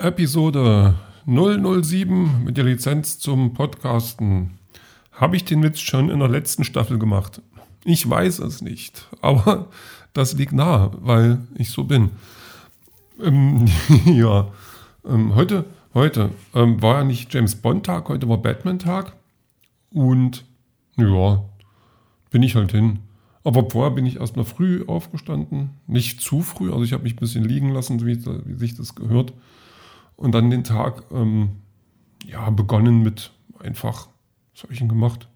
Episode 007 mit der Lizenz zum Podcasten. Habe ich den Witz schon in der letzten Staffel gemacht? Ich weiß es nicht, aber das liegt nahe, weil ich so bin. Heute war ja nicht James Bond Tag, heute war Batman Tag und ja, bin ich halt hin. Aber vorher bin ich erstmal früh aufgestanden, nicht zu früh, also ich habe mich ein bisschen liegen lassen, wie sich das gehört. Und dann den Tag begonnen mit einfach, was habe ich denn gemacht?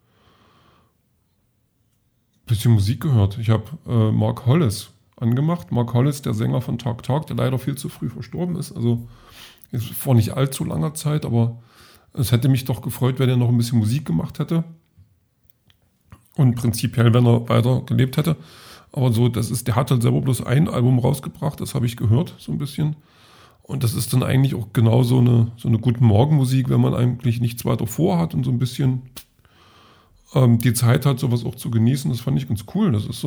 Ein bisschen Musik gehört. Ich habe Mark Hollis angemacht. Mark Hollis, der Sänger von Talk Talk, der leider viel zu früh verstorben ist. Also ist vor nicht allzu langer Zeit, aber es hätte mich doch gefreut, wenn er noch ein bisschen Musik gemacht hätte. Und prinzipiell, wenn er weiter gelebt hätte. Aber so, der hat halt selber bloß ein Album rausgebracht, das habe ich gehört, so ein bisschen. Und das ist dann eigentlich auch genau so eine Guten Morgen-Musik, wenn man eigentlich nichts weiter vorhat und so ein bisschen die Zeit hat, sowas auch zu genießen. Das fand ich ganz cool. Das ist so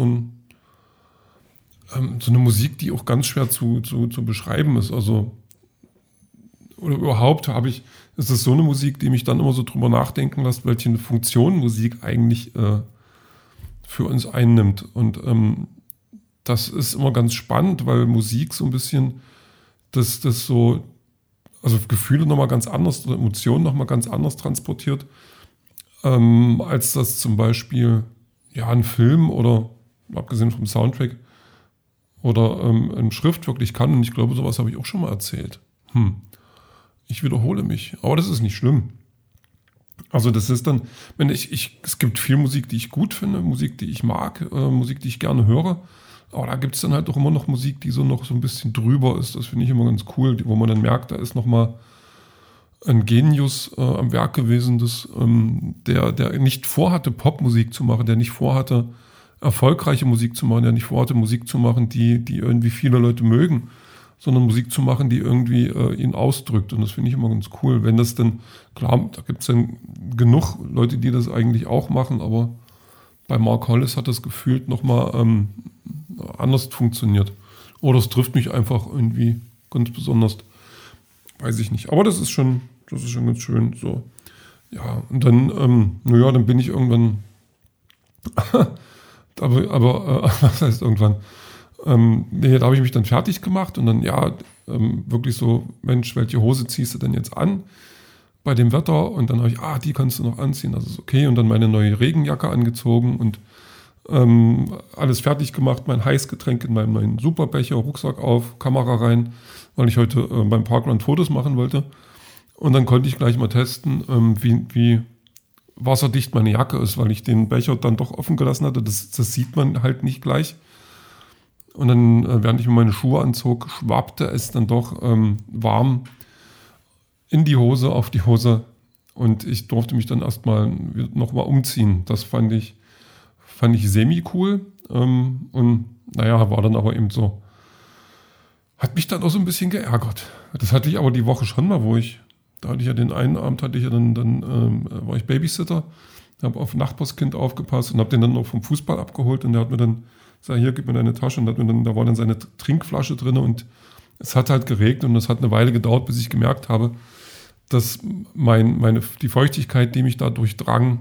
eine Musik, die auch ganz schwer zu beschreiben ist. Also, oder überhaupt ist es so eine Musik, die mich dann immer so drüber nachdenken lässt, welche Funktion Musik eigentlich für uns einnimmt. Und das ist immer ganz spannend, weil Musik so ein bisschen das so, also Gefühle nochmal ganz anders, oder Emotionen nochmal ganz anders transportiert, als das zum Beispiel ein Film oder, abgesehen vom Soundtrack, oder eine Schrift wirklich kann. Und ich glaube, sowas habe ich auch schon mal erzählt. Ich wiederhole mich, aber das ist nicht schlimm. Also das ist dann, es gibt viel Musik, die ich gut finde, Musik, die ich mag, Musik, die ich gerne höre. Aber da gibt es dann halt auch immer noch Musik, die so noch so ein bisschen drüber ist. Das finde ich immer ganz cool, wo man dann merkt, da ist nochmal ein Genius am Werk gewesen, der nicht vorhatte, Popmusik zu machen, der nicht vorhatte, erfolgreiche Musik zu machen, der nicht vorhatte, Musik zu machen, die irgendwie viele Leute mögen, sondern Musik zu machen, die irgendwie ihn ausdrückt. Und das finde ich immer ganz cool. Wenn das dann, klar, da gibt es dann genug Leute, die das eigentlich auch machen, aber bei Mark Hollis hat das gefühlt nochmal anders funktioniert. Oder es trifft mich einfach irgendwie ganz besonders. Weiß ich nicht. Aber das ist schon ganz schön. So. Ja, und dann, dann bin ich irgendwann. Was heißt irgendwann? Da habe ich mich dann fertig gemacht und dann, wirklich so, Mensch, welche Hose ziehst du denn jetzt an bei dem Wetter? Und dann habe ich, die kannst du noch anziehen, das ist okay. Und dann meine neue Regenjacke angezogen und alles fertig gemacht, mein Heißgetränk in meinem neuen Superbecher, Rucksack auf, Kamera rein, weil ich heute beim Parkrun Fotos machen wollte. Und dann konnte ich gleich mal testen, wie wasserdicht meine Jacke ist, weil ich den Becher dann doch offen gelassen hatte. Das sieht man halt nicht gleich. Und dann, während ich mir meine Schuhe anzog, schwappte es dann doch warm in die Hose, auf die Hose. Und ich durfte mich dann erstmal nochmal umziehen. Das fand ich semi-cool. War dann aber eben so. Hat mich dann auch so ein bisschen geärgert. Das hatte ich aber die Woche schon mal, da hatte ich ja den einen Abend, war ich Babysitter, habe auf ein Nachbarskind aufgepasst und habe den dann noch vom Fußball abgeholt und der hat mir dann gesagt, hier, gib mir deine Tasche und da war dann seine Trinkflasche drin und es hat halt geregnet und es hat eine Weile gedauert, bis ich gemerkt habe, dass die Feuchtigkeit, die mich da durchdrang,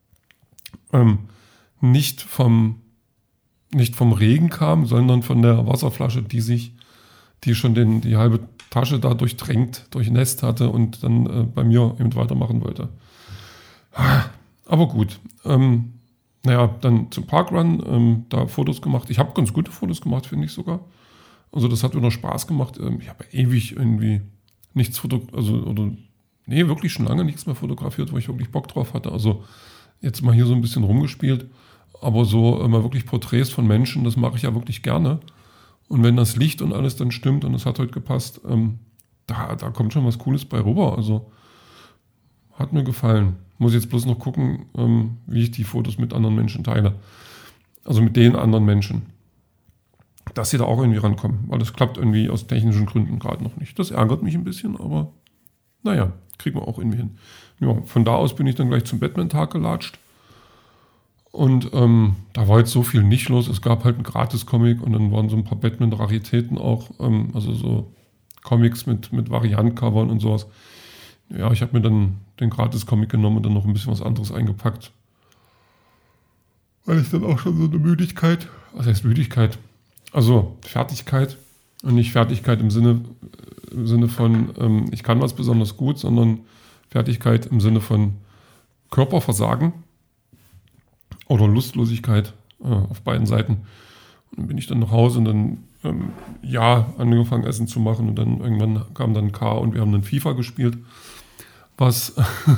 nicht vom Regen kam, sondern von der Wasserflasche, die schon die halbe Tasche da durchnässt hatte und dann bei mir eben weitermachen wollte. Aber gut. Dann zum Parkrun, da Fotos gemacht. Ich habe ganz gute Fotos gemacht, finde ich sogar. Also das hat mir noch Spaß gemacht. Ich habe ewig irgendwie nichts wirklich schon lange nichts mehr fotografiert, wo ich wirklich Bock drauf hatte. Also jetzt mal hier so ein bisschen rumgespielt. Aber so mal wirklich Porträts von Menschen, das mache ich ja wirklich gerne. Und wenn das Licht und alles dann stimmt und es hat heute gepasst, da kommt schon was Cooles bei rüber. Also hat mir gefallen. Muss jetzt bloß noch gucken, wie ich die Fotos mit anderen Menschen teile. Also mit den anderen Menschen. Dass sie da auch irgendwie rankommen. Weil das klappt irgendwie aus technischen Gründen gerade noch nicht. Das ärgert mich ein bisschen, aber kriegen wir auch irgendwie hin. Ja, von da aus bin ich dann gleich zum Batman-Tag gelatscht. Und da war jetzt so viel nicht los. Es gab halt einen Gratis-Comic und dann waren so ein paar Batman-Raritäten auch. Also so Comics mit Variant-Covern und sowas. Ja, ich habe mir dann den Gratis-Comic genommen und dann noch ein bisschen was anderes eingepackt. Weil ich dann auch schon so eine Müdigkeit, was heißt Müdigkeit? Also Fertigkeit und nicht Fertigkeit im Sinne von, ich kann was besonders gut, sondern Fertigkeit im Sinne von Körperversagen oder Lustlosigkeit auf beiden Seiten. Und dann bin ich dann nach Hause und dann angefangen Essen zu machen und dann irgendwann kam dann K und wir haben dann FIFA gespielt, was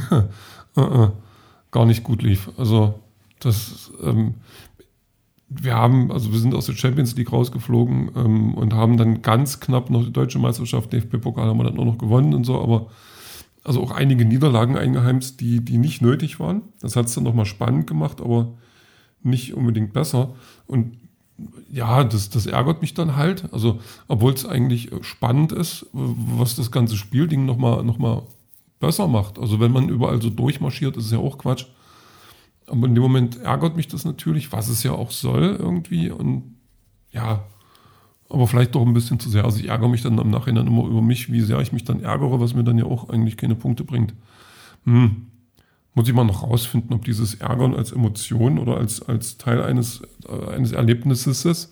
gar nicht gut lief. Also wir sind aus der Champions League rausgeflogen und haben dann ganz knapp noch die Deutsche Meisterschaft, DFB-Pokal haben wir dann auch noch gewonnen und so, aber also auch einige Niederlagen eingeheimst, die nicht nötig waren. Das hat es dann nochmal spannend gemacht, aber nicht unbedingt besser. Und ja, das ärgert mich dann halt. Also, obwohl es eigentlich spannend ist, was das ganze Spielding noch mal besser macht. Also, wenn man überall so durchmarschiert, ist es ja auch Quatsch. Aber in dem Moment ärgert mich das natürlich, was es ja auch soll irgendwie. Und ja, aber vielleicht doch ein bisschen zu sehr. Also, ich ärgere mich dann im Nachhinein immer über mich, wie sehr ich mich dann ärgere, was mir dann ja auch eigentlich keine Punkte bringt. Muss ich mal noch rausfinden, ob dieses Ärgern als Emotion oder als Teil eines Erlebnisses ist,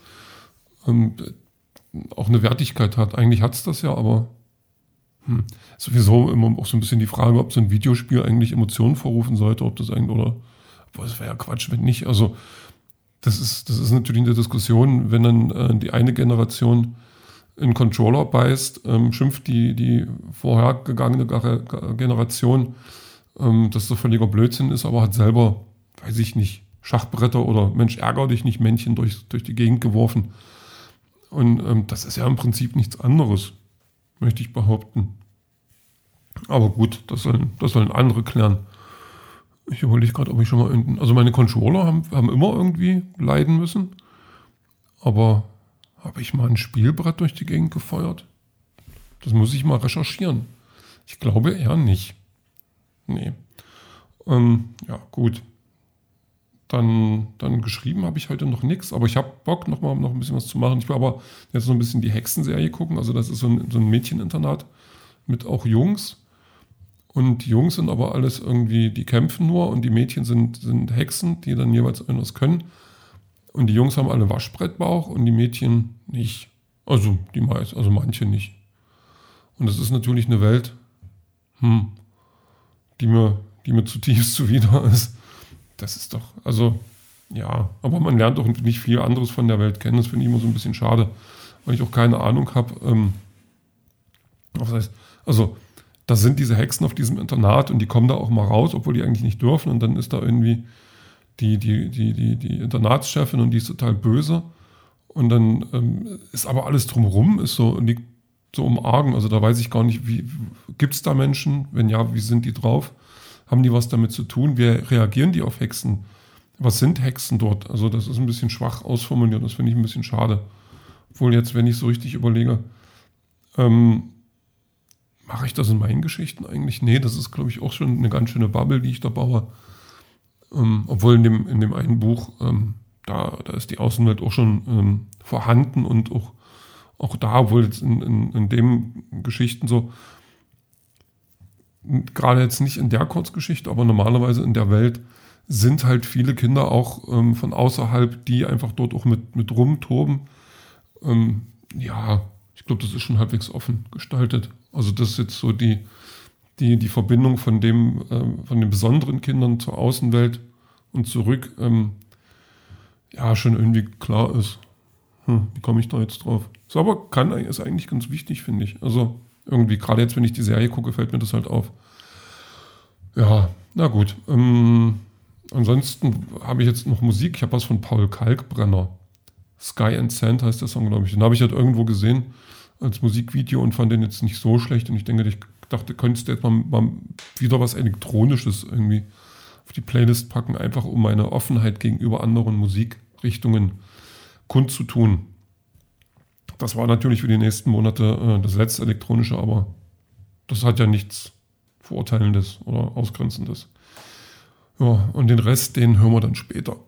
auch eine Wertigkeit hat. Eigentlich hat es das ja, aber sowieso immer auch so ein bisschen die Frage, ob so ein Videospiel eigentlich Emotionen vorrufen sollte, ob das eigentlich, oder, obwohl es wäre ja Quatsch, wenn nicht. Also das ist natürlich eine Diskussion, wenn dann die eine Generation einen Controller beißt, schimpft die vorhergegangene Generation, dass das völliger Blödsinn ist, aber hat selber, weiß ich nicht, Schachbretter oder Mensch, ärger dich nicht Männchen durch die Gegend geworfen. Und das ist ja im Prinzip nichts anderes, möchte ich behaupten. Aber gut, das sollen andere klären. Ich überlege gerade, ob ich schon mal also meine Controller haben immer irgendwie leiden müssen. Aber habe ich mal ein Spielbrett durch die Gegend gefeuert? Das muss ich mal recherchieren. Ich glaube eher nicht. Nee. Ja, gut. Dann geschrieben habe ich heute noch nichts, aber ich habe Bock, noch ein bisschen was zu machen. Ich will aber jetzt noch ein bisschen die Hexenserie gucken. Also das ist so ein Mädcheninternat mit auch Jungs. Und die Jungs sind aber alles irgendwie, die kämpfen nur und die Mädchen sind Hexen, die dann jeweils irgendwas können. Und die Jungs haben alle Waschbrettbauch und die Mädchen nicht. Also manche nicht. Und das ist natürlich eine Welt, die mir zutiefst zuwider ist. Das ist doch, also, ja, aber man lernt doch nicht viel anderes von der Welt kennen. Das finde ich immer so ein bisschen schade, weil ich auch keine Ahnung habe. Was heißt, also, da sind diese Hexen auf diesem Internat und die kommen da auch mal raus, obwohl die eigentlich nicht dürfen. Und dann ist da irgendwie die Internatschefin und die ist total böse. Und dann ist aber alles drumherum, liegt so im Argen. Also da weiß ich gar nicht, gibt es da Menschen? Wenn ja, wie sind die drauf? Haben die was damit zu tun? Wie reagieren die auf Hexen? Was sind Hexen dort? Also das ist ein bisschen schwach ausformuliert. Das finde ich ein bisschen schade. Obwohl jetzt, wenn ich so richtig überlege, mache ich das in meinen Geschichten eigentlich? Nee, das ist, glaube ich, auch schon eine ganz schöne Bubble, die ich da baue. Obwohl in dem einen Buch, da ist die Außenwelt auch schon vorhanden und auch da, obwohl jetzt in den Geschichten so, gerade jetzt nicht in der Kurzgeschichte, aber normalerweise in der Welt sind halt viele Kinder auch von außerhalb, die einfach dort auch mit rumtoben. Ja, ich glaube, das ist schon halbwegs offen gestaltet. Also das ist jetzt so die Verbindung von den besonderen Kindern zur Außenwelt und zurück, ja, schon irgendwie klar ist. Wie komme ich da jetzt drauf? Ist eigentlich ganz wichtig, finde ich. Also irgendwie, gerade jetzt, wenn ich die Serie gucke, fällt mir das halt auf. Ja, na gut. Ansonsten habe ich jetzt noch Musik. Ich habe was von Paul Kalkbrenner. Sky and Sand heißt der Song, glaube ich. Den habe ich halt irgendwo gesehen als Musikvideo und fand den jetzt nicht so schlecht. Und ich dachte, könntest du jetzt mal wieder was Elektronisches irgendwie auf die Playlist packen, einfach um meine Offenheit gegenüber anderen Musikrichtungen kundzutun. Das war natürlich für die nächsten Monate das letzte Elektronische, aber das hat ja nichts Verurteilendes oder Ausgrenzendes. Ja, und den Rest, den hören wir dann später.